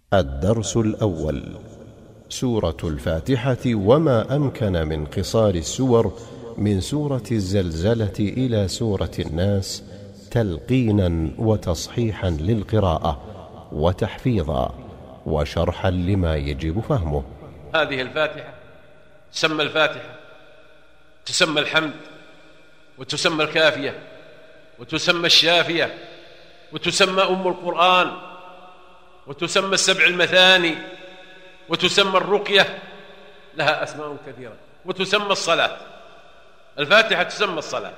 الدرس الأول: سورة الفاتحة وما أمكن من قصار السور من سورة الزلزلة إلى سورة الناس، تلقينا وتصحيحا للقراءة وتحفيظا وشرحا لما يجب فهمه. هذه الفاتحة تسمى الفاتحة، تسمى الحمد، وتسمى الكافية، وتسمى الشافية، وتسمى أم القرآن، وتسمى السبع المثاني، وتسمى الرقية، لها أسماء كثيرة، وتسمى الصلاة. الفاتحة تسمى الصلاة،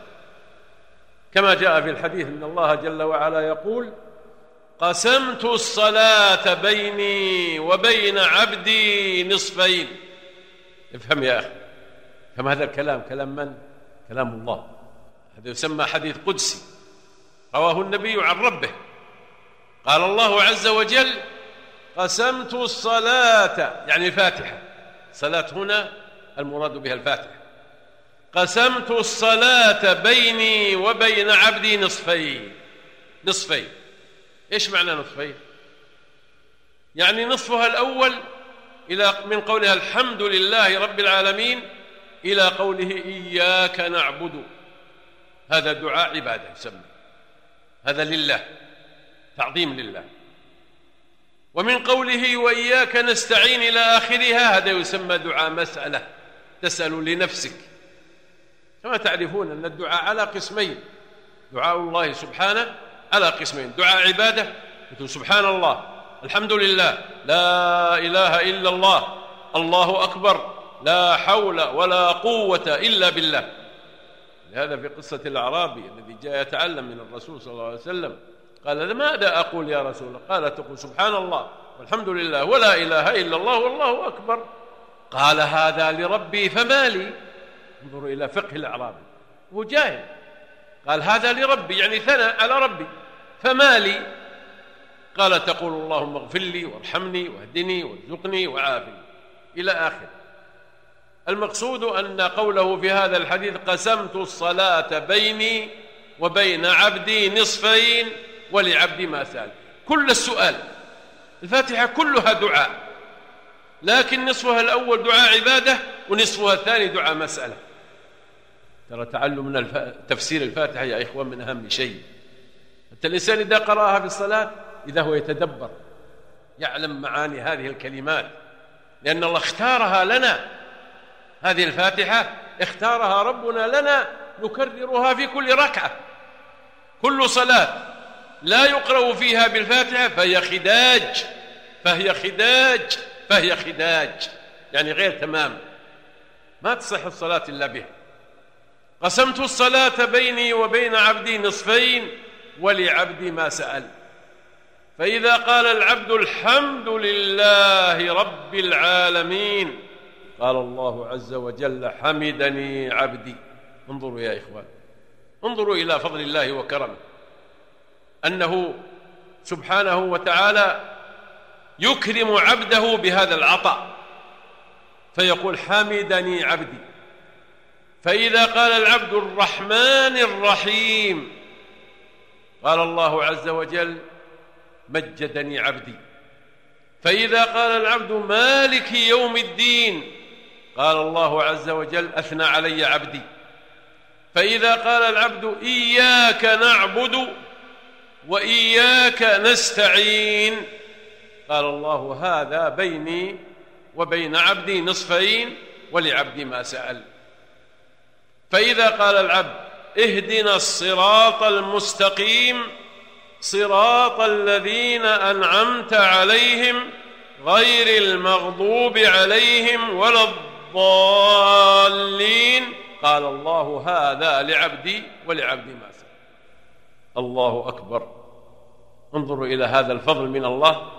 كما جاء في الحديث أن الله جل وعلا يقول: قسمت الصلاة بيني وبين عبدي نصفين. افهم يا أخي، افهم هذا الكلام. كلام من؟ كلام الله. هذا يسمى حديث قدسي رواه النبي عن ربه. قال الله عز وجل: قسمت الصلاة، يعني الفاتحة. صلاة هنا المراد بها الفاتحة. قسمت الصلاة بيني وبين عبدي نصفين. نصفين، إيش معنى نصفين؟ يعني نصفها الأول من قولها الحمد لله رب العالمين إلى قوله إياك نعبد. هذا دعاء عبادة يسمى، هذا لله، تعظيم لله. ومن قوله وإياك نستعين إلى آخرها، هذا يسمى دعاء مسألة، تسأل لنفسك. كما تعرفون أن الدعاء على قسمين: دعاء الله سبحانه على قسمين، دعاء عبادة مثل سبحان الله، الحمد لله، لا إله إلا الله، الله أكبر، لا حول ولا قوة إلا بالله. لهذا في قصة الأعرابي الذي جاء يتعلم من الرسول صلى الله عليه وسلم قال: ماذا أقول يا رسول الله؟ قال: تقول سبحان الله والحمد لله ولا إله إلا الله والله أكبر. قال: هذا لربي فما لي. انظروا إلى فقه الأعرابي، هو جاهل. قال: هذا لربي، يعني ثناء على ربي، فما لي. قال: تقول اللهم اغفر لي وارحمني واهدني وارزقني وعافني إلى آخر. المقصود أن قوله في هذا الحديث: قسمت الصلاة بيني وبين عبدي نصفين ولعبدي ما سأل. كل السؤال، الفاتحة كلها دعاء، لكن نصفها الأول دعاء عبادة ونصفها الثاني دعاء مسألة. ترى تعلمنا تفسير الفاتحة يا إخوان من أهم شيء. حتى الإنسان إذا قرأها في الصلاة إذا هو يتدبر يعلم معاني هذه الكلمات، لأن الله اختارها لنا. هذه الفاتحة اختارها ربنا لنا نكررها في كل ركعة. كل صلاة لا يقرأ فيها بالفاتحة فهي خداج، يعني غير تمام، ما تصح الصلاة إلا بها. قسمت الصلاة بيني وبين عبدي نصفين ولعبدي ما سأل. فإذا قال العبد الحمد لله رب العالمين، قال الله عز وجل: حمدني عبدي. انظروا يا إخوان، انظروا إلى فضل الله وكرمه، أنه سبحانه وتعالى يكرم عبده بهذا العطاء، فيقول: حمدني عبدي. فإذا قال العبد الرحمن الرحيم، قال الله عز وجل: مجدني عبدي. فإذا قال العبد مالك يوم الدين، قال الله عز وجل: أثنى علي عبدي. فإذا قال العبد إياك نعبد وإياك نستعين، قال الله: هذا بيني وبين عبدي نصفين ولعبدي ما سأل. فإذا قال العبد اهدنا الصراط المستقيم صراط الذين أنعمت عليهم غير المغضوب عليهم ولا الضالين، قال الله: هذا لعبدي ولعبدي ما سأل. الله أكبر. انظروا إلى هذا الفضل من الله.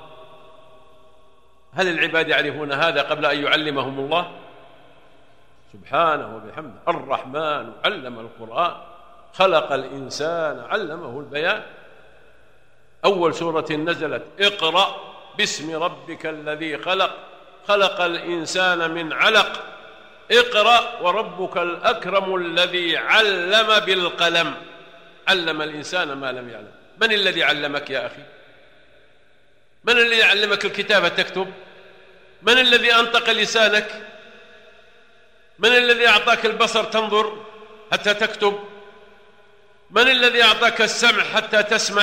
هل العباد يعرفون هذا قبل أن يعلمهم الله؟ سبحانه وبحمده. الرحمن علم القرآن، خلق الإنسان علمه البيان. أول سورة نزلت: اقرأ باسم ربك الذي خلق، خلق الإنسان من علق، اقرأ وربك الأكرم الذي علم بالقلم، علم الإنسان ما لم يعلم. من الذي علمك يا أخي؟ من الذي علمك الكتابة تكتب؟ من الذي أنطق لسانك؟ من الذي أعطاك البصر تنظر حتى تكتب؟ من الذي أعطاك السمع حتى تسمع؟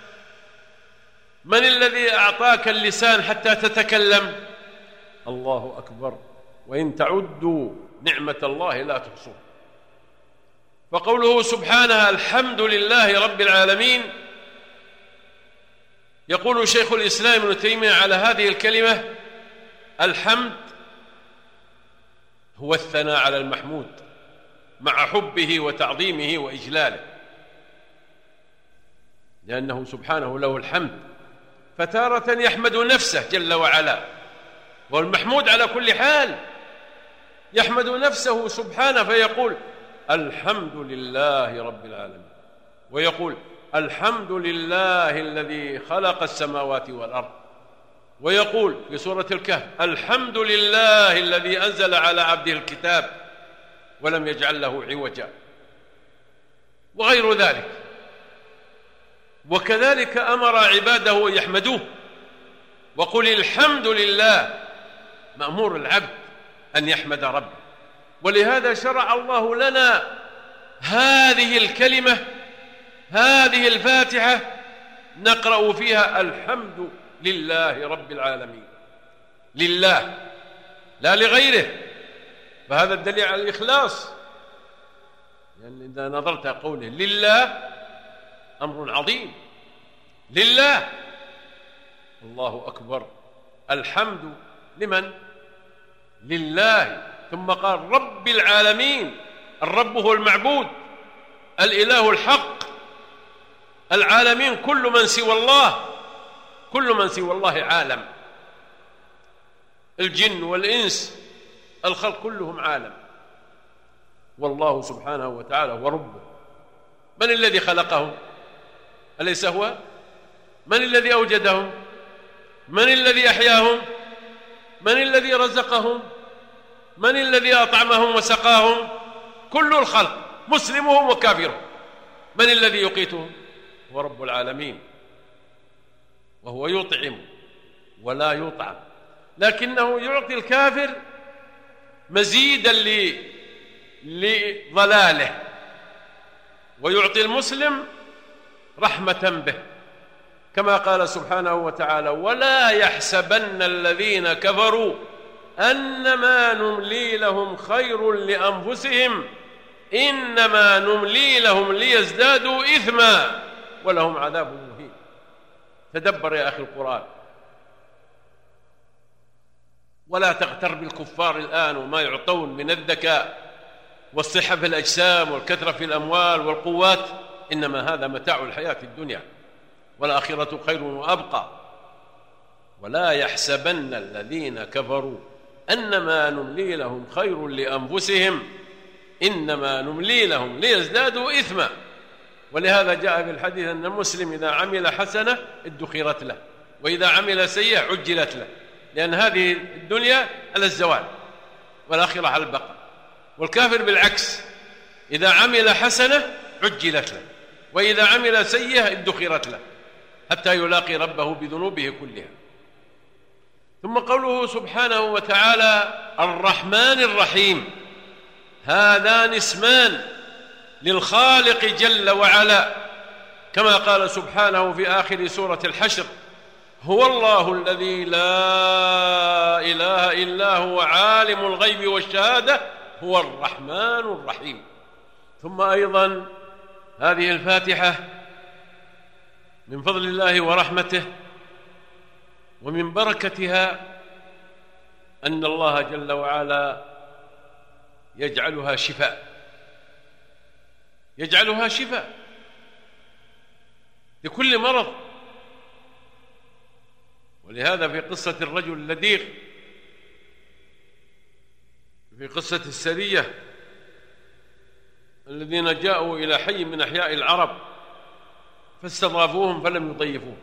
من الذي أعطاك اللسان حتى تتكلم؟ الله أكبر، وإن تعدوا نعمة الله لا تحصوها. فقوله سبحانه الحمد لله رب العالمين، يقول شيخ الإسلام ابن تيمية على هذه الكلمة: الحمد هو الثناء على المحمود مع حبه وتعظيمه وإجلاله، لأنه سبحانه له الحمد، فتارة يحمد نفسه جل وعلا، والمحمود على كل حال يحمد نفسه سبحانه فيقول الحمد لله رب العالمين، ويقول الحمد لله الذي خلق السماوات والأرض، ويقول في سورة الكهف الحمد لله الذي أنزل على عبده الكتاب ولم يجعل له عوجا، وغير ذلك. وكذلك أمر عباده أن يحمدوه، وقل الحمد لله، مأمور العبد أن يحمد ربه. ولهذا شرع الله لنا هذه الكلمة، هذه الفاتحة، نقرأ فيها الحمد لله رب العالمين، لله لا لغيره. فهذا الدليل على الإخلاص، يعني إذا نظرت قوله لله أمر عظيم، لله. الله أكبر، الحمد لمن؟ لله. ثم قال رب العالمين، الرب هو المعبود، الإله الحق، العالمين كل من سوى الله، كل من سوى الله عالم، الجن والإنس الخلق كلهم عالم، والله سبحانه وتعالى هو ربه. من الذي خلقهم؟ أليس هو؟ من الذي أوجدهم؟ من الذي أحياهم؟ من الذي رزقهم؟ من الذي أطعمهم وسقاهم؟ كل الخلق، مسلمهم وكافرهم. من الذي يقيتهم؟ هو رب العالمين، وهو يطعم ولا يطعم، لكنه يعطي الكافر مزيدا لضلاله، ويعطي المسلم رحمة به، كما قال سبحانه وتعالى ولا يحسبن الذين كفروا أنما نملي لهم خير لأنفسهم إنما نملي لهم ليزدادوا إثما ولهم عذاب مهين. تدبر يا أخي القرآن، ولا تغتر بالكفار الآن وما يعطون من الذكاء والصحة في الأجسام والكثرة في الأموال والقوات، إنما هذا متاع الحياة الدنيا، والآخرة خير وأبقى. ولا يحسبن الذين كفروا أنما نملي لهم خير لأنفسهم إنما نملي لهم ليزدادوا إثما. ولهذا جاء في الحديث أن المسلم إذا عمل حسنة ادخرت له، وإذا عمل سيئة عجلت له، لأن هذه الدنيا على الزوال والآخرة على البقاء. والكافر بالعكس، إذا عمل حسنة عجلت له، وإذا عمل سيئة ادخرت له حتى يلاقي ربه بذنوبه كلها. ثم قوله سبحانه وتعالى الرحمن الرحيم، هذان اسمان للخالق جل وعلا، كما قال سبحانه في آخر سورة الحشر هو الله الذي لا إله إلا هو عالم الغيب والشهادة هو الرحمن الرحيم. ثم أيضا هذه الفاتحة من فضل الله ورحمته ومن بركتها أن الله جل وعلا يجعلها شفاء، يجعلها شفاء لكل مرض. ولهذا في قصة الرجل اللديغ، في قصة السرية الذين جاءوا إلى حي من أحياء العرب فاستضافوهم فلم يضيفوه،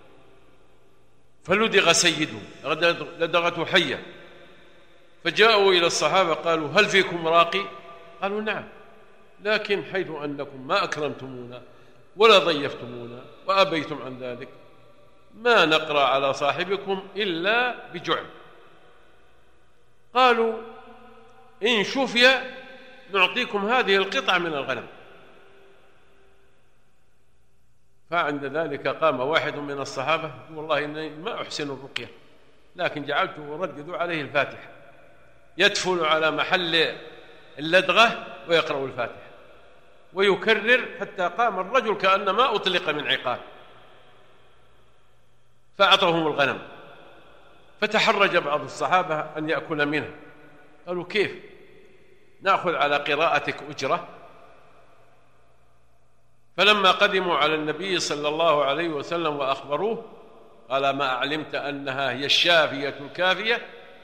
فلدغ سيدهم، لدغته حية، فجاءوا إلى الصحابة قالوا هل فيكم راقي؟ قالوا نعم، لكن حيث أنكم ما أكرمتمونا ولا ضيفتمونا وأبيتم عن ذلك ما نقرأ على صاحبكم إلا بجعل. قالوا إن شفي نعطيكم هذه القطعة من الغنم. فعند ذلك قام واحد من الصحابة والله إني ما أحسن الرقية، لكن جعلته أردد عليه الفاتحة، يدفل على محل اللدغة ويقرأ الفاتحة ويكرر حتى قام الرجل كأنما أطلق من عقال، فأعطاهم الغنم. فتحرج بعض الصحابة أن يأكل منها، قالوا كيف نأخذ على قراءتك أجرة؟ فلما قدموا على النبي صلى الله عليه وسلم وأخبروه قال ما علمت أنها هي الشافية الكافية،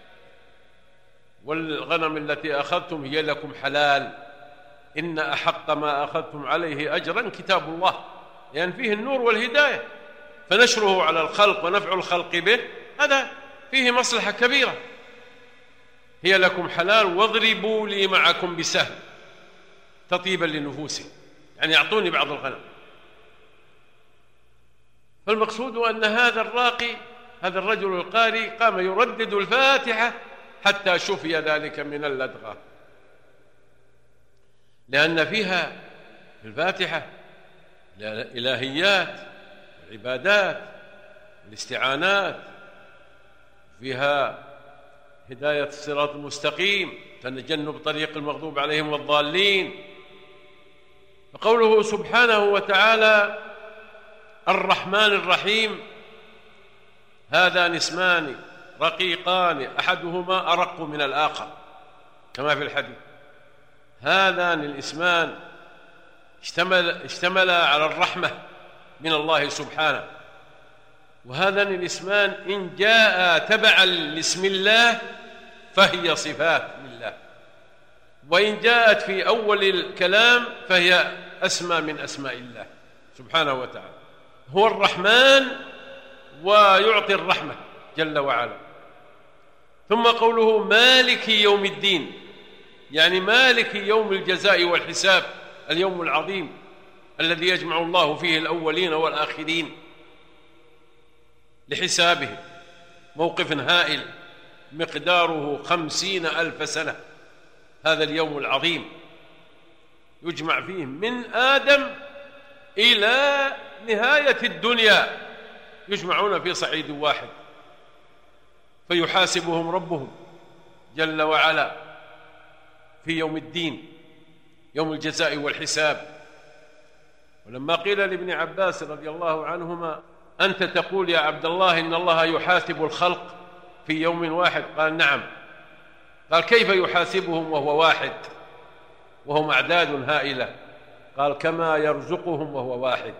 والغنم التي أخذتم هي لكم حلال، إن أحق ما أخذتم عليه أجرا كتاب الله، لأن فيه النور والهداية، فنشره على الخلق ونفع الخلق به هذا فيه مصلحة كبيرة. هي لكم حلال واضربوا لي معكم بسهم تطيبا لنفوسهم، يعني يعطوني بعض الغنم. فالمقصود أن هذا الراقي، هذا الرجل القاري، قام يردد الفاتحة حتى شفي ذلك من اللدغة، لأن فيها في الفاتحة الإلهيات والعبادات والاستعانات، فيها هداية الصراط المستقيم، تجنب طريق المغضوب عليهم والضالين. فقوله سبحانه وتعالى الرحمن الرحيم، هذان اسمان رقيقان أحدهما أرق من الآخر كما في الحديث. هذان الاسمان اشتملا على الرحمة من الله سبحانه، وهذان الاسمان إن جاء تبعا لاسم الله فهي صفات لله، وإن جاءت في أول الكلام فهي أسمى من أسماء الله سبحانه وتعالى. هو الرحمن ويعطي الرحمة جل وعلا. ثم قوله مالك يوم الدين، يعني مالك يوم الجزاء والحساب، اليوم العظيم الذي يجمع الله فيه الأولين والآخرين لحسابه، موقف هائل مقداره 50,000 سنة. هذا اليوم العظيم يجمع فيه من آدم إلى نهاية الدنيا، يجمعون في صعيد واحد، فيحاسبهم ربهم جل وعلا في يوم الدين، يوم الجزاء والحساب. ولما قيل لابن عباس رضي الله عنهما أنت تقول يا عبد الله إن الله يحاسب الخلق في يوم واحد؟ قال نعم. قال كيف يحاسبهم وهو واحد وهم أعداد هائلة؟ قال كما يرزقهم وهو واحد،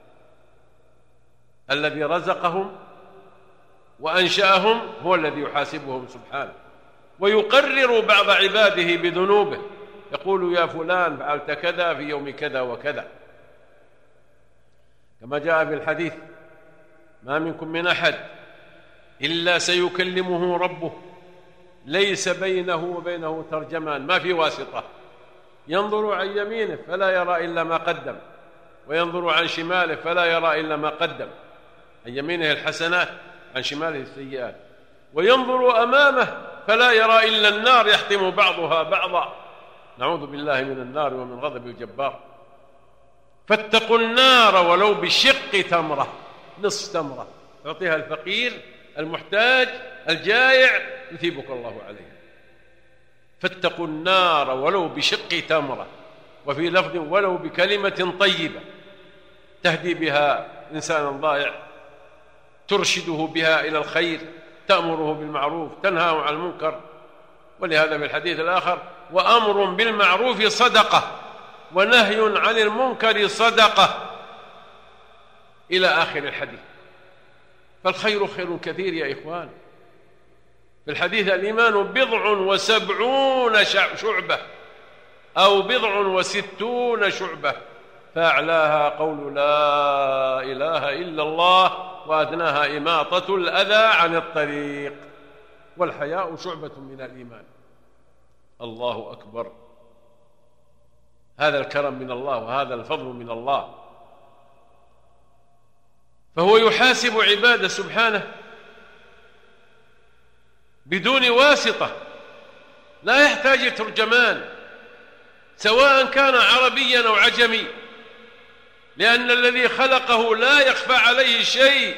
الذي رزقهم وأنشأهم هو الذي يحاسبهم سبحانه، ويقرر بعض عباده بذنوبه، يقول يا فلان فعلت كذا في يوم كذا وكذا، كما جاء في الحديث ما منكم من أحد إلا سيكلمه ربه ليس بينه وبينه ترجمان، ما في واسطة، ينظر عن يمينه فلا يرى إلا ما قدم، وينظر عن شماله فلا يرى إلا ما قدم، عن يمينه الحسنات عن شماله السيئات، وينظر أمامه فلا يرى إلا النار يحطم بعضها بعضا، نعوذ بالله من النار ومن غضب الجبار. فاتقوا النار ولو بشق تمرة، نصف تمرة يعطيها الفقير المحتاج الجائع يثيبك الله عليه. فاتقوا النار ولو بشق تمرة، وفي لفظ ولو بكلمة طيبة تهدي بها إنسانا ضائع، ترشده بها إلى الخير، تأمره بالمعروف، تنهاه عن المنكر. ولهذا في الحديث الآخر وأمر بالمعروف صدقة ونهي عن المنكر صدقة، إلى آخر الحديث. فالخير خير كثير يا إخوان. في الحديث الإيمان 70 شعبة أو 60 شعبة، فأعلاها قول لا إله إلا الله، وأدناها إماطة الأذى عن الطريق، والحياء شعبة من الإيمان. الله أكبر، هذا الكرم من الله وهذا الفضل من الله. فهو يحاسب عباده سبحانه بدون واسطة، لا يحتاج ترجمان سواء كان عربيا أو عجمي، لأن الذي خلقه لا يخفى عليه شيء.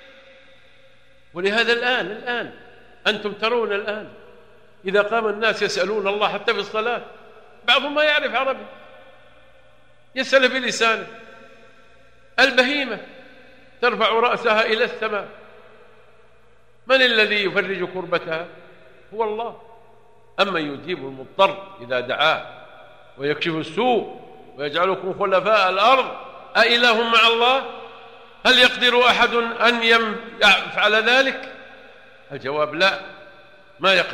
ولهذا الآن أنتم ترون الآن إذا قام الناس يسألون الله حتى في الصلاة، بعضهم ما يعرف عربي يسأل بلسانه. البهيمة ترفع رأسها إلى السماء، من الذي يفرج كربتها؟ هو الله. أما يجيب المضطر إذا دعاه ويكشف السوء ويجعلكم خلفاء الأرض أإله مع الله؟ هل يقدر أحد أن يفعل ذلك؟ الجواب لا، ما يقدر.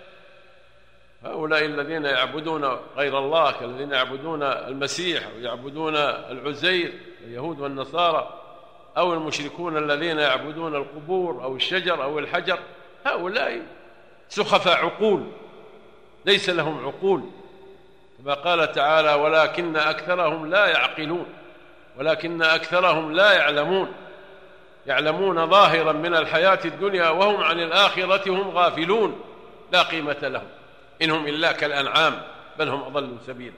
هؤلاء الذين يعبدون غير الله كالذين يعبدون المسيح ويعبدون العزير اليهود والنصارى، أو المشركون الذين يعبدون القبور أو الشجر أو الحجر، هؤلاء سخفاء عقول، ليس لهم عقول، كما قال تعالى: ولكن أكثرهم لا يعقلون، ولكن أكثرهم لا يعلمون ظاهرا من الحياة الدنيا وهم عن الآخرة هم غافلون، لا قيمة لهم، إنهم إلا كالأنعام بل هم أضل سبيلا.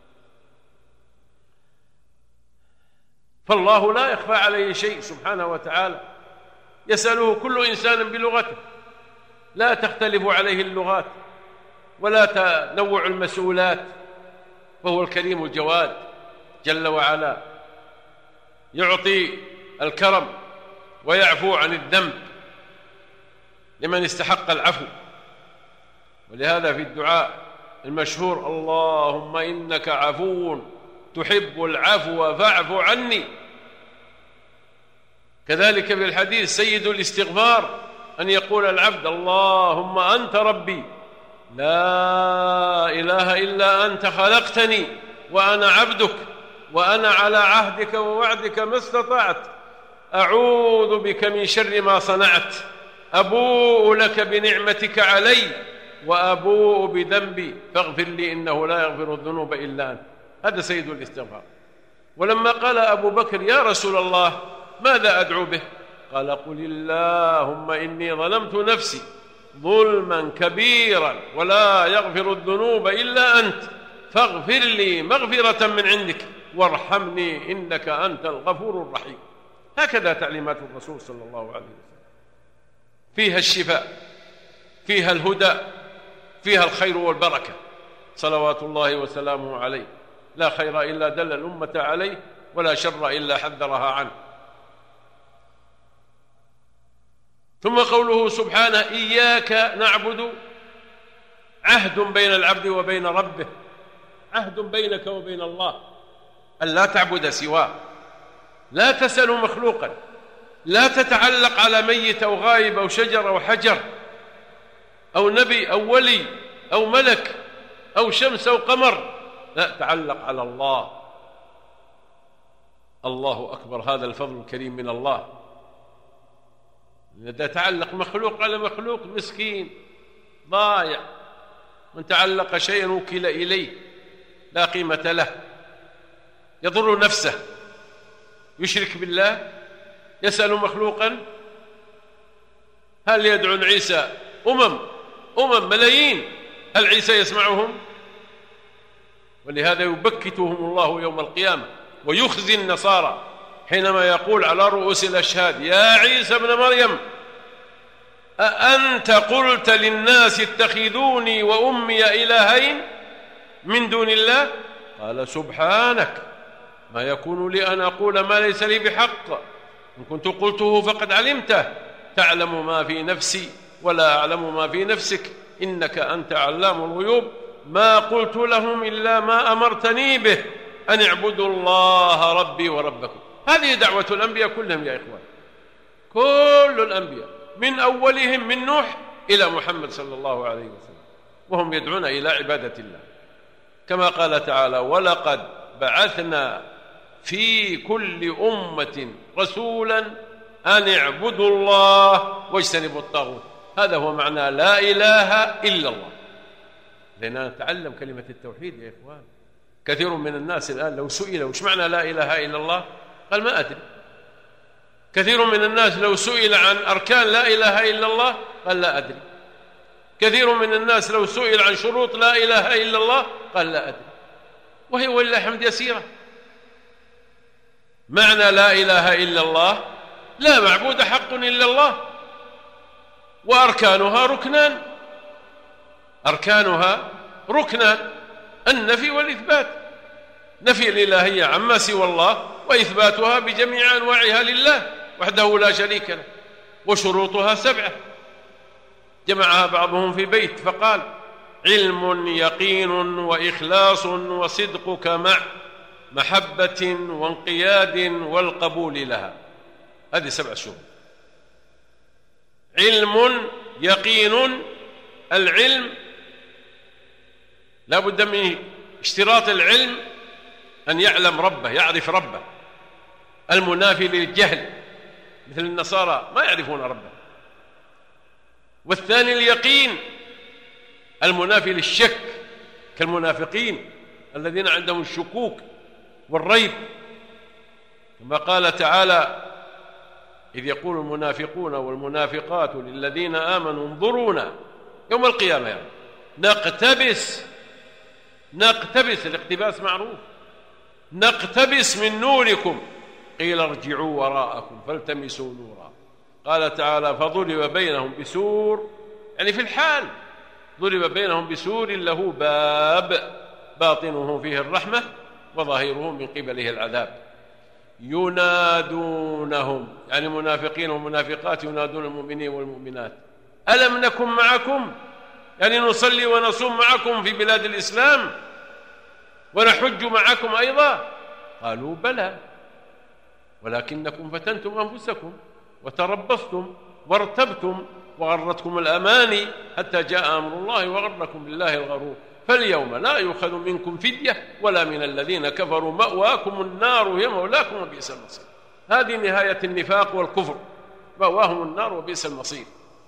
فالله لا يخفى عليه شيء سبحانه وتعالى، يسأله كل إنسان بلغته، لا تختلف عليه اللغات ولا تنوع المسؤولات، وهو الكريم الجواد جل وعلا، يعطي الكرم ويعفو عن الذنب لمن استحق العفو. ولهذا في الدعاء المشهور: اللهم إنك عفو تحب العفو فاعف عني. كذلك في الحديث سيد الاستغفار أن يقول العبد: اللهم أنت ربي لا إله إلا أنت خلقتني وأنا عبدك وأنا على عهدك ووعدك ما استطعت، أعوذ بك من شر ما صنعت، أبوء لك بنعمتك علي وأبوء بذنبي فاغفر لي إنه لا يغفر الذنوب إلا أنت. هذا سيد الاستغفار. ولما قال أبو بكر: يا رسول الله ماذا أدعو به؟ قال: قل اللهم إني ظلمت نفسي ظلما كبيرا ولا يغفر الذنوب إلا أنت فاغفر لي مغفرة من عندك وارحمني إنك أنت الغفور الرحيم. هكذا تعليمات الرسول صلى الله عليه وسلم، فيها الشفاء، فيها الهدى، فيها الخير والبركة، صلوات الله وسلامه عليه. لا خير إلا دل الأمة عليه، ولا شر إلا حذرها عنه. ثم قوله سبحانه: إياك نعبد، عهد بين العبد وبين ربه، عهد بينك وبين الله أن لا تعبد سواه، لا تسأل مخلوقا، لا تتعلق على ميت أو غائب أو شجر أو حجر أو نبي أو ولي أو ملك أو شمس أو قمر، لا، تعلق على الله. الله أكبر، هذا الفضل الكريم من الله. إذا تعلق مخلوق على مخلوق مسكين ضايع، من تعلق شيئا وكل إليه لا قيمة له، يضر نفسه، يشرك بالله، يسأل مخلوقا. هل يدعو عيسى أمم ملايين، هل عيسى يسمعهم؟ ولهذا يبكتهم الله يوم القيامة ويخزي النصارى حينما يقول على رؤوس الأشهاد: يا عيسى ابن مريم أأنت قلت للناس اتخذوني وأمي إلهين من دون الله؟ قال: سبحانك ما يكون لي أن أقول ما ليس لي بحق، إن كنت قلته فقد علمته، تعلم ما في نفسي ولا أعلم ما في نفسك، إنك أنت علام الغيوب، ما قلت لهم إلا ما أمرتني به أن اعبدوا الله ربي وربكم. هذه دعوة الأنبياء كلهم يا إخوان، كل الأنبياء من أولهم من نوح إلى محمد صلى الله عليه وسلم، وهم يدعون إلى عبادة الله، كما قال تعالى: ولقد بعثنا في كل أمة رسولا أن اعبدوا الله واجتنبوا الطاغوت. هذا هو معنى لا إله إلا الله. لأننا نتعلم كلمة التوحيد يا إخوان. كثير من الناس الآن لو سئل وش معنى لا إله إلا الله قال: ما أدري. كثير من الناس لو سئل عن أركان لا إله إلا الله قال لا أدري. كثير من الناس لو سئل عن شروط لا إله إلا الله قال لا أدري، وهي ولله الحمد يسيرة. معنى لا إله إلا الله لا معبود حق إلا الله، وأركانها ركنان، أركانها ركنان: النفي والإثبات، نفي الإلهية عما سوى الله وإثباتها بجميع أنواعها لله وحده لا شريك له. وشروطها 7 جمعها بعضهم في بيت فقال: علم يقين وإخلاص وصدقك مع محبة وانقياد والقبول لها. هذه 7 شروط: علم يقين، العلم لا بد من اشتراط العلم أن يعلم ربه، يعرف ربه، المنافي للجهل، مثل النصارى ما يعرفون ربه. والثاني اليقين، المنافي للشك، كالمنافقين الذين عندهم الشكوك والريب، كما قال تعالى: إذ يقول المنافقون والمنافقات للذين آمنوا انظرونا يوم القيامة يعني نقتبس، الاقتباس معروف، نقتبس من نوركم قيل ارجعوا وراءكم فالتمسوا نورا. قال تعالى: فضرب بينهم بسور، يعني في الحال ضرب بينهم بسور له باب باطنه فيه الرحمة وظاهره من قبله العذاب. ينادونهم، يعني المنافقين والمنافقات ينادون المؤمنين والمؤمنات: ألم نكن معكم، يعني نصلي ونصوم معكم في بلاد الإسلام ونحج معكم أيضا؟ قالوا: بلى ولكنكم فتنتم أنفسكم وتربصتم وارتبتم وغرتكم الأماني حتى جاء أمر الله وغركم بالله الغرور، فاليوم لا يؤخذ منكم فدية ولا من الذين كفروا، مأواكم النار هي مولاكم وبئس المصير. هذه نهاية النفاق والكفر، مأواهم النار وبئس المصير.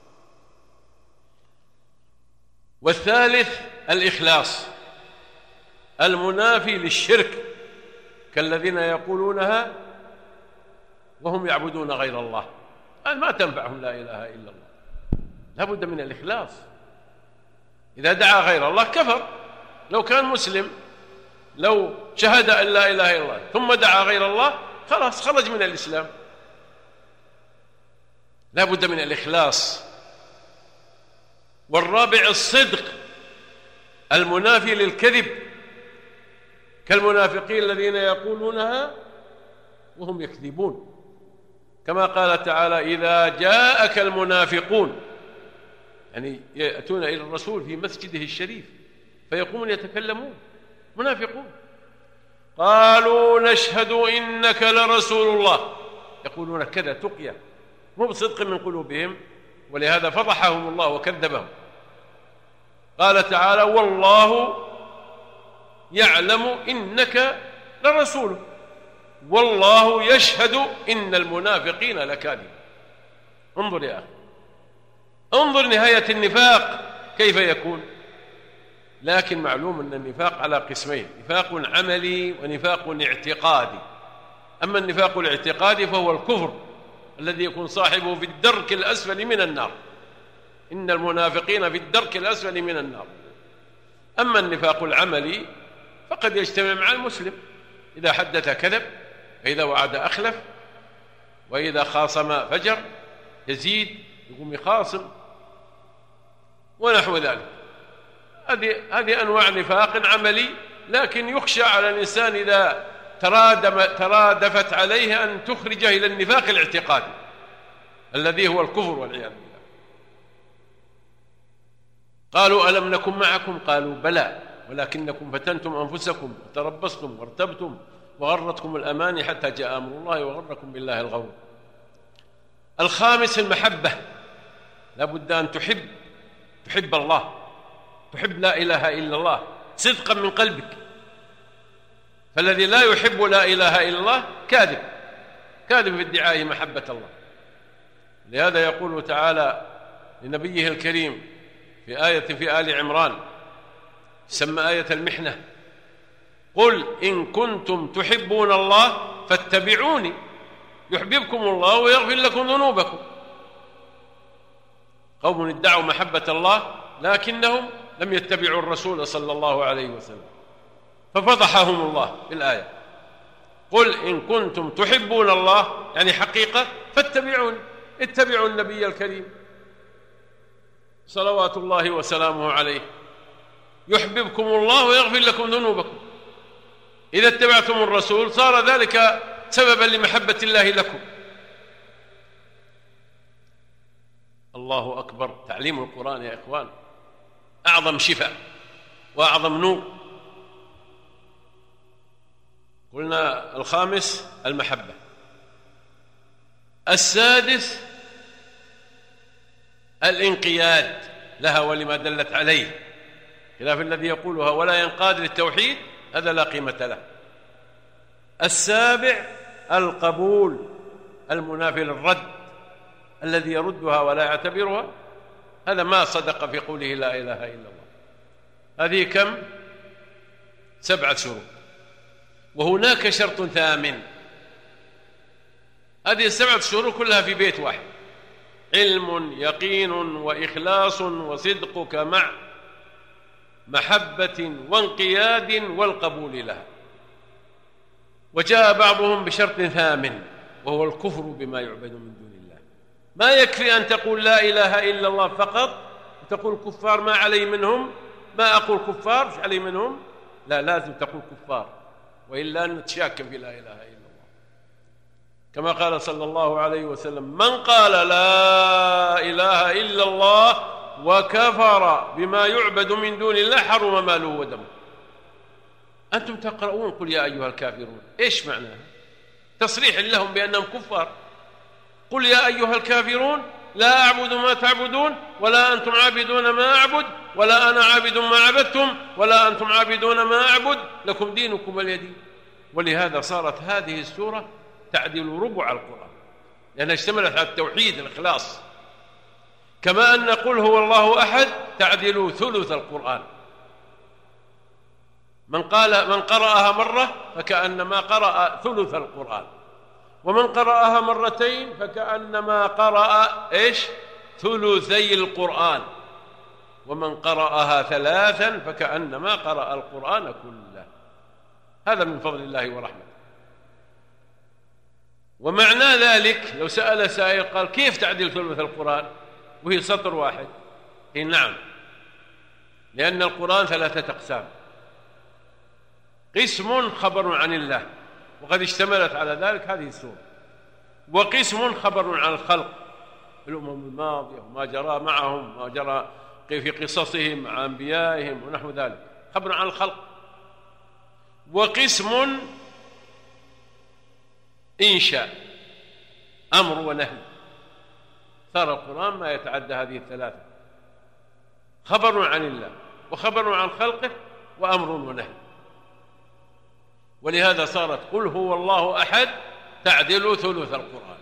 والثالث الإخلاص، المنافي للشرك، كالذين يقولونها وهم يعبدون غير الله، قال ما تنفعهم لا إله إلا الله. لا بد من الإخلاص. إذا دعا غير الله كفر. لو كان مسلم، لو شهد أن لا إله إلا الله ثم دعا غير الله خلاص خرج من الإسلام. لا بد من الإخلاص. والرابع الصدق، المنافي للكذب، كالمنافقين الذين يقولونها وهم يكذبون، كما قال تعالى: إذا جاءك المنافقون، يعني يأتون إلى الرسول في مسجده الشريف فيقومون يتكلمون، منافقون، قالوا نشهد إنك لرسول الله، يقولون كذا تقيا، مو بصدق من قلوبهم، ولهذا فضحهم الله وكذبهم. قال تعالى: والله يعلم إنك لرسوله والله يشهد إن المنافقين لكاذبون. انظر يا أخي، انظر نهاية النفاق كيف يكون. لكن معلوم أن النفاق على قسمين: نفاق عملي ونفاق اعتقادي. أما النفاق الاعتقادي فهو الكفر الذي يكون صاحبه في الدرك الأسفل من النار، إن المنافقين في الدرك الأسفل من النار. أما النفاق العملي فقد يجتمع مع المسلم، إذا حدث كذب، وإذا وعد أخلف، وإذا خاصم فجر، يزيد يقوم يخاصم ونحو ذلك. هذه أنواع نفاق عملي، لكن يخشى على الإنسان إذا ترادفت عليه أن تخرجه إلى النفاق الاعتقادي الذي هو الكفر والعياذ بالله. قالوا ألم نكن معكم؟ قالوا بلى ولكنكم فتنتم أنفسكم وتربصتم وارتبتم وغرتكم الأماني حتى جاء أمر الله وغركم بالله الغرور. الخامس المحبة، لا بد أن تحب الله، تحب لا إله إلا الله صدقا من قلبك. فالذي لا يحب لا إله إلا الله كاذب في ادعائه محبة الله. لهذا يقول تعالى لنبيه الكريم في آية في آل عمران سمى آية المحنة: قل إن كنتم تحبون الله فاتبعوني يحببكم الله ويغفر لكم ذنوبكم. قوم ادعوا محبة الله لكنهم لم يتبعوا الرسول صلى الله عليه وسلم، ففضحهم الله بالآية: قل إن كنتم تحبون الله، يعني حقيقة، فاتبعوني، اتبعوا النبي الكريم صلوات الله وسلامه عليه، يحببكم الله ويغفر لكم ذنوبكم. إذا اتبعتم الرسول صار ذلك سببا لمحبة الله لكم. الله أكبر. تعليم القرآن يا إخوان أعظم شفاء وأعظم نور. قلنا الخامس المحبة. السادس الانقياد لها ولما دلت عليه، خلاف الذي يقولها ولا ينقاد للتوحيد، هذا لا قيمة له. السابع القبول المنافي للرد، الذي يردها ولا يعتبرها هذا ما صدق في قوله لا إله إلا الله. هذه كم؟ 7 شروط. وهناك شرط ثامن. هذه 7 شروط كلها في بيت واحد: علم، يقين، وإخلاص، وصدقك مع محبة وانقياد والقبول لها. وجاء بعضهم بشرط ثامن وهو الكفر بما يعبد من دون الله. ما يكفي أن تقول لا إله إلا الله فقط وتقول كفار ما علي منهم، ما أقول كفار مش علي منهم، لا، لازم تقول كفار، وإلا نتشاكم في لا إله إلا الله. كما قال صلى الله عليه وسلم: من قال لا إله إلا الله وكفر بما يعبد من دون الله حرم ماله ودمه. أنتم تقرؤون قل يا أيها الكافرون، إيش معناها؟ تصريح لهم بأنهم كفار. قل يا أيها الكافرون لا أعبد ما تعبدون ولا أنتم عابدون ما أعبد ولا أنا عابد ما عبدتم ولا أنتم عابدون ما أعبد لكم دينكم ولي دين. ولهذا صارت هذه السورة تعدل ربع القرآن، لأنها اشتملت على التوحيد الإخلاص. كما أن قل هو الله أحد تعدل ثلث القرآن. من قرأها مرة فكأنما قرأ ثلث القرآن، ومن قرأها مرتين فكأنما قرأ إيش؟ ثلثي القرآن، ومن قرأها 3 فكأنما قرأ القرآن كله. هذا من فضل الله ورحمته. ومعنى ذلك لو سأل سائل قال: كيف تعدل ثلث القرآن وهي سطر واحد؟ نعم، لأن القرآن 3 أقسام: قسم خبر عن الله وقد اشتملت على ذلك هذه السورة، وقسم خبر عن الخلق، الأمم الماضية وما جرى معهم، ما جرى في قصصهم مع أنبيائهم ونحو ذلك، خبر عن الخلق. وقسم إنشاء، أمر ونهي. صار القرآن ما يتعدى هذه ال3: خبر عن الله وخبر عن خلقه وأمر ونهي. ولهذا صارت قل هو الله أحد تعدل ثلث القرآن.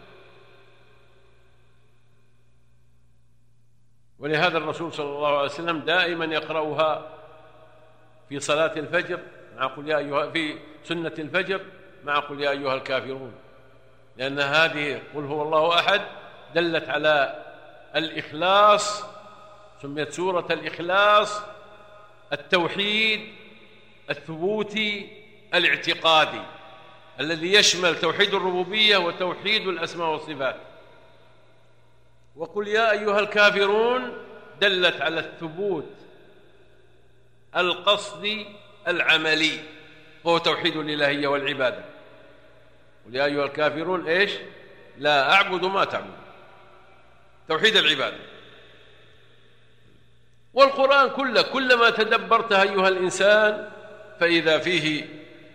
ولهذا الرسول صلى الله عليه وسلم دائما يقرأها في صلاة الفجر مع قل يا أيها، في سنة الفجر مع قل يا أيها الكافرون، لأن هذه قل هو الله أحد دلت على الإخلاص، سميت سورة الإخلاص، التوحيد الثبوتي الاعتقادي الذي يشمل توحيد الربوبية وتوحيد الأسماء والصفات. وقل يا أيها الكافرون دلت على الثبوت القصدي العملي، هو توحيد الإلهية والعبادة. قل يا أيها الكافرون إيش؟ لا أعبد ما تعبدون، توحيد العبادة. والقرآن كله كلما تدبرته أيها الإنسان فإذا فيه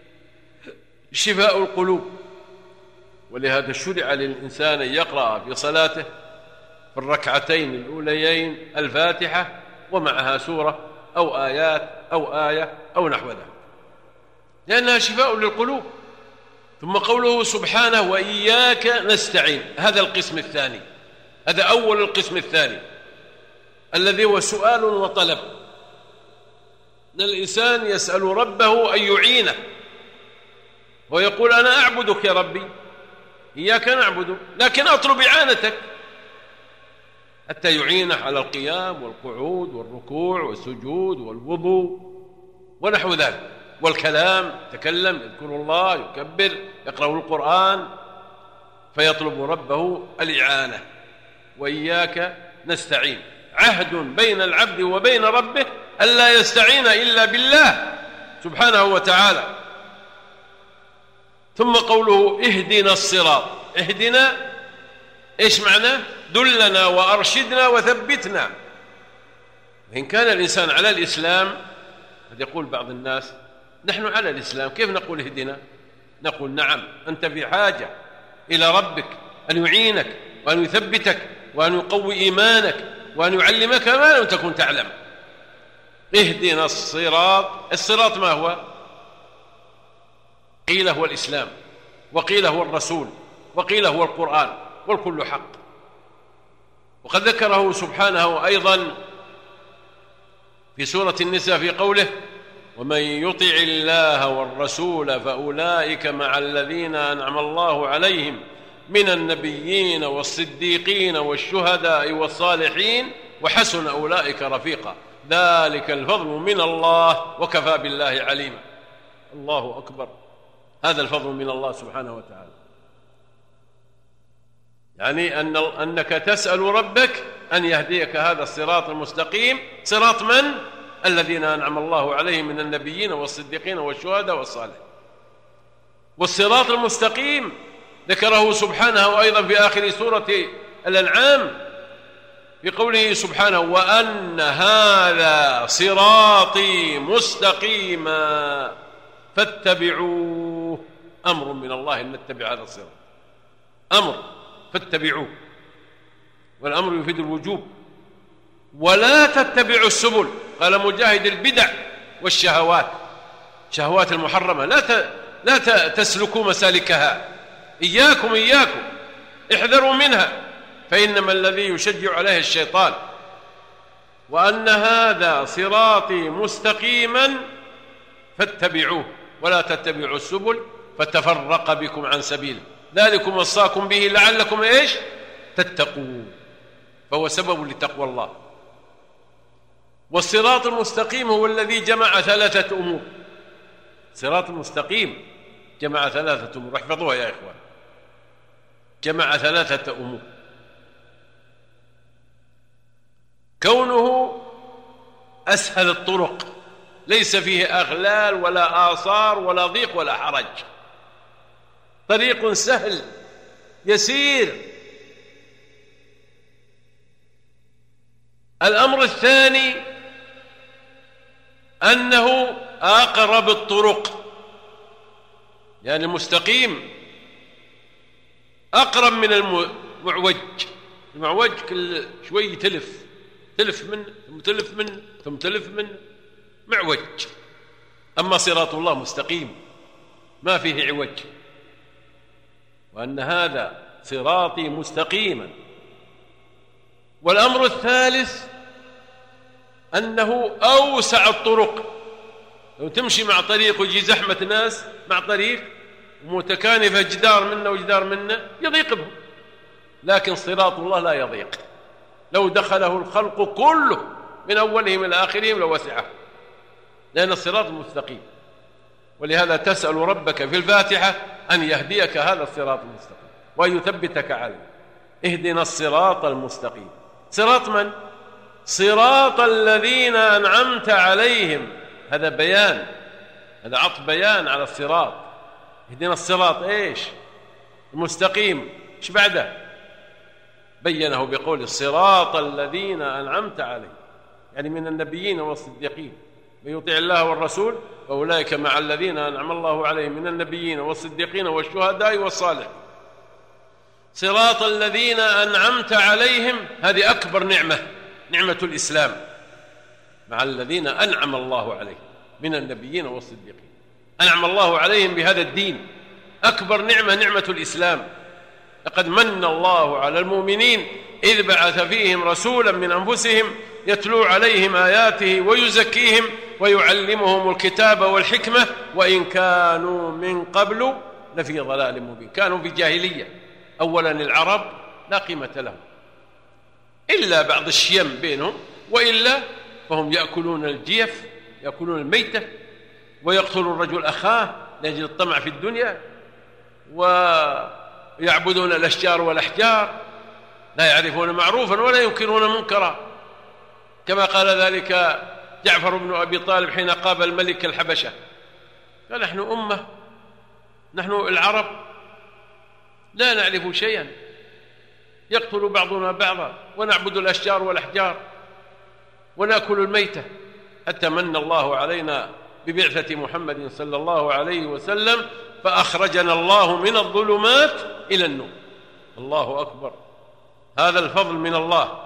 شفاء القلوب. ولهذا شرع للإنسان أن يقرأ في صلاته في الركعتين الأوليين الفاتحة ومعها سورة أو آيات أو آية أو نحو ذلك، لأنها شفاء للقلوب. ثم قوله سبحانه وإياك نستعين، هذا القسم الثاني، هذا أول القسم الثاني الذي هو سؤال وطلب. أن الإنسان يسأل ربه أن يعينه ويقول أنا أعبدك يا ربي، إياك نعبد، لكن أطلب إعانتك حتى يعينه على القيام والقعود والركوع والسجود والوضوء ونحو ذلك، والكلام، يتكلم، يذكر الله، يكبر، يقرأ القرآن، فيطلب ربه الإعانة. وإياك نستعين، عهد بين العبد وبين ربه ألا يستعين إلا بالله سبحانه وتعالى. ثم قوله اهدنا الصراط، اهدنا إيش معناه؟ دلنا وأرشدنا وثبتنا. وإن كان الإنسان على الإسلام، قد يقول بعض الناس نحن على الإسلام كيف نقول اهدنا؟ نقول نعم، أنت في حاجة إلى ربك أن يعينك وأن يثبتك وأن يقوي إيمانك وأن يعلمك ما لم تكن تعلم. اهدنا الصراط. الصراط ما هو؟ قيل هو الإسلام، وقيل هو الرسول، وقيل هو القرآن، والكل حق. وقد ذكره سبحانه أيضا في سورة النساء في قوله ومن يطع الله والرسول فأولئك مع الذين أنعم الله عليهم من النبيين والصديقين والشهداء والصالحين وحسن أولئك رفيقا ذلك الفضل من الله وكفى بالله عليما. الله أكبر، هذا الفضل من الله سبحانه وتعالى. يعني أنك تسأل ربك أن يهديك هذا الصراط المستقيم. صراط من؟ الذين أنعم الله عليهم من النبيين والصديقين والشهداء والصالحين. والصراط المستقيم ذكره سبحانه أيضا في آخر سورة الأنعام في قوله سبحانه وأن هذا صراطي مستقيما فاتبعوه. أمر من الله أن نتبع هذا الصراط، أمر فاتبعوه، والأمر يفيد الوجوب. ولا تتبعوا السبل، قال مجاهد البدع والشهوات، شهوات المحرمة لا تسلكوا مسالكها، إياكم احذروا منها فإنما الذي يشجع عليه الشيطان. وأن هذا صراطي مستقيما فاتبعوه ولا تتبعوا السبل فتفرق بكم عن سبيله ذلكم وصاكم به لعلكم إيش؟ تتقون. فهو سبب لتقوى الله. والصراط المستقيم هو الذي جمع ثلاثة أمور. صراط المستقيم جمع ثلاثة أمور، احفظوها يا إخوان. جمع ثلاثة أمور: كونه أسهل الطرق، ليس فيه أغلال ولا آثار ولا ضيق ولا حرج، طريق سهل يسير. الأمر الثاني أنه أقرب الطرق، يعني المستقيم أقرب من المعوج. المعوج كل شوي تلف منه ثم تلف منه ثم تلف منه، معوج. أما صراط الله مستقيم ما فيه عوج. وأن هذا صراطي مستقيما. والأمر الثالث أنه أوسع الطرق. لو تمشي مع طريق ويجي زحمة ناس مع طريق متكانفة جدار منه وجدار منه يضيق بهم، لكن صراط الله لا يضيق. لو دخله الخلق كله من أولهم إلى آخرهم لوسعه، لأن الصراط المستقيم. ولهذا تسأل ربك في الفاتحة أن يهديك هذا الصراط المستقيم وأن يثبتك عليه. اهدنا الصراط المستقيم. صراط من؟ صراط الذين أنعمت عليهم. هذا بيان، هذا عطف بيان على الصراط. اهدنا الصراط ايش؟ المستقيم. ايش بعده؟ بينه بقول الصراط الذين أنعمت عليهم، يعني من النبيين والصديقين. من يطع الله والرسول فأولئك مع الذين أنعم الله عليهم من النبيين والصديقين والشهداء والصالحين. صراط الذين أنعمت عليهم، هذه أكبر نعمة، نعمة الإسلام، مع الذين أنعم الله عليهم من النبيين والصديقين. أنعم الله عليهم بهذا الدين، أكبر نعمة نعمة الإسلام. لقد من الله على المؤمنين إذ بعث فيهم رسولا من أنفسهم يتلو عليهم آياته ويزكيهم ويعلمهم الكتاب والحكمة وإن كانوا من قبل لفي ضلال مبين. كانوا في جاهلية أولا العرب لا قيمة لهم إلا بعض الشيم بينهم، وإلا فهم يأكلون الجيف، يأكلون الميتة، ويقتل الرجل أخاه لأجل الطمع في الدنيا، ويعبدون الأشجار والأحجار، لا يعرفون معروفا ولا ينكرون منكرا، كما قال ذلك جعفر بن أبي طالب حين قابل ملك الحبشة، قال نحن أمة، نحن العرب لا نعرف شيئا، يقتل بعضنا بعضا، ونعبد الأشجار والأحجار، ونأكل الميتة، حتى من الله علينا ببعثة محمد صلى الله عليه وسلم فأخرجنا الله من الظلمات إلى النور. الله أكبر، هذا الفضل من الله.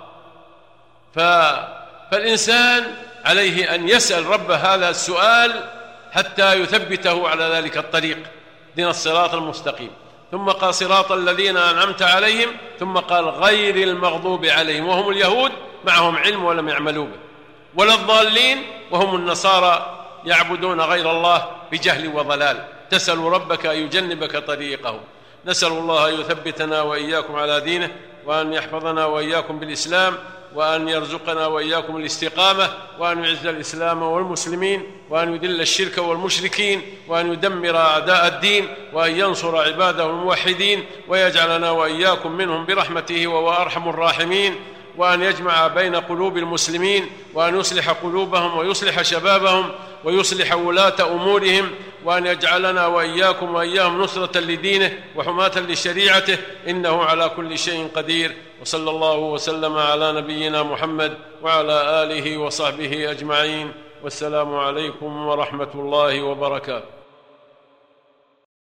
فالإنسان عليه أن يسأل رب هذا السؤال حتى يثبته على ذلك الطريق، دين الصراط المستقيم. ثم قال صراط الذين أنعمت عليهم، ثم قال غير المغضوب عليهم، وهم اليهود معهم علم ولم يعملوا به، ولا الضالين وهم النصارى يعبدون غير الله بجهل وضلال. تسأل ربك أن يجنبك طريقه. نسأل الله أن يثبتنا وإياكم على دينه، وأن يحفظنا وإياكم بالإسلام، وأن يرزقنا وإياكم الاستقامة، وأن يعز الإسلام والمسلمين، وأن يذل الشرك والمشركين، وأن يدمر أعداء الدين، وأن ينصر عباده الموحدين، ويجعلنا وإياكم منهم برحمته وهو أرحم الراحمين، وأن يجمع بين قلوب المسلمين، وأن يصلح قلوبهم ويصلح شبابهم ويصلح ولاة أمورهم، وأن يجعلنا وإياكم وإياهم نصرة لدينه وحماة لشريعته، إنه على كل شيء قدير. وصلى الله وسلم على نبينا محمد وعلى آله وصحبه أجمعين، والسلام عليكم ورحمة الله وبركاته.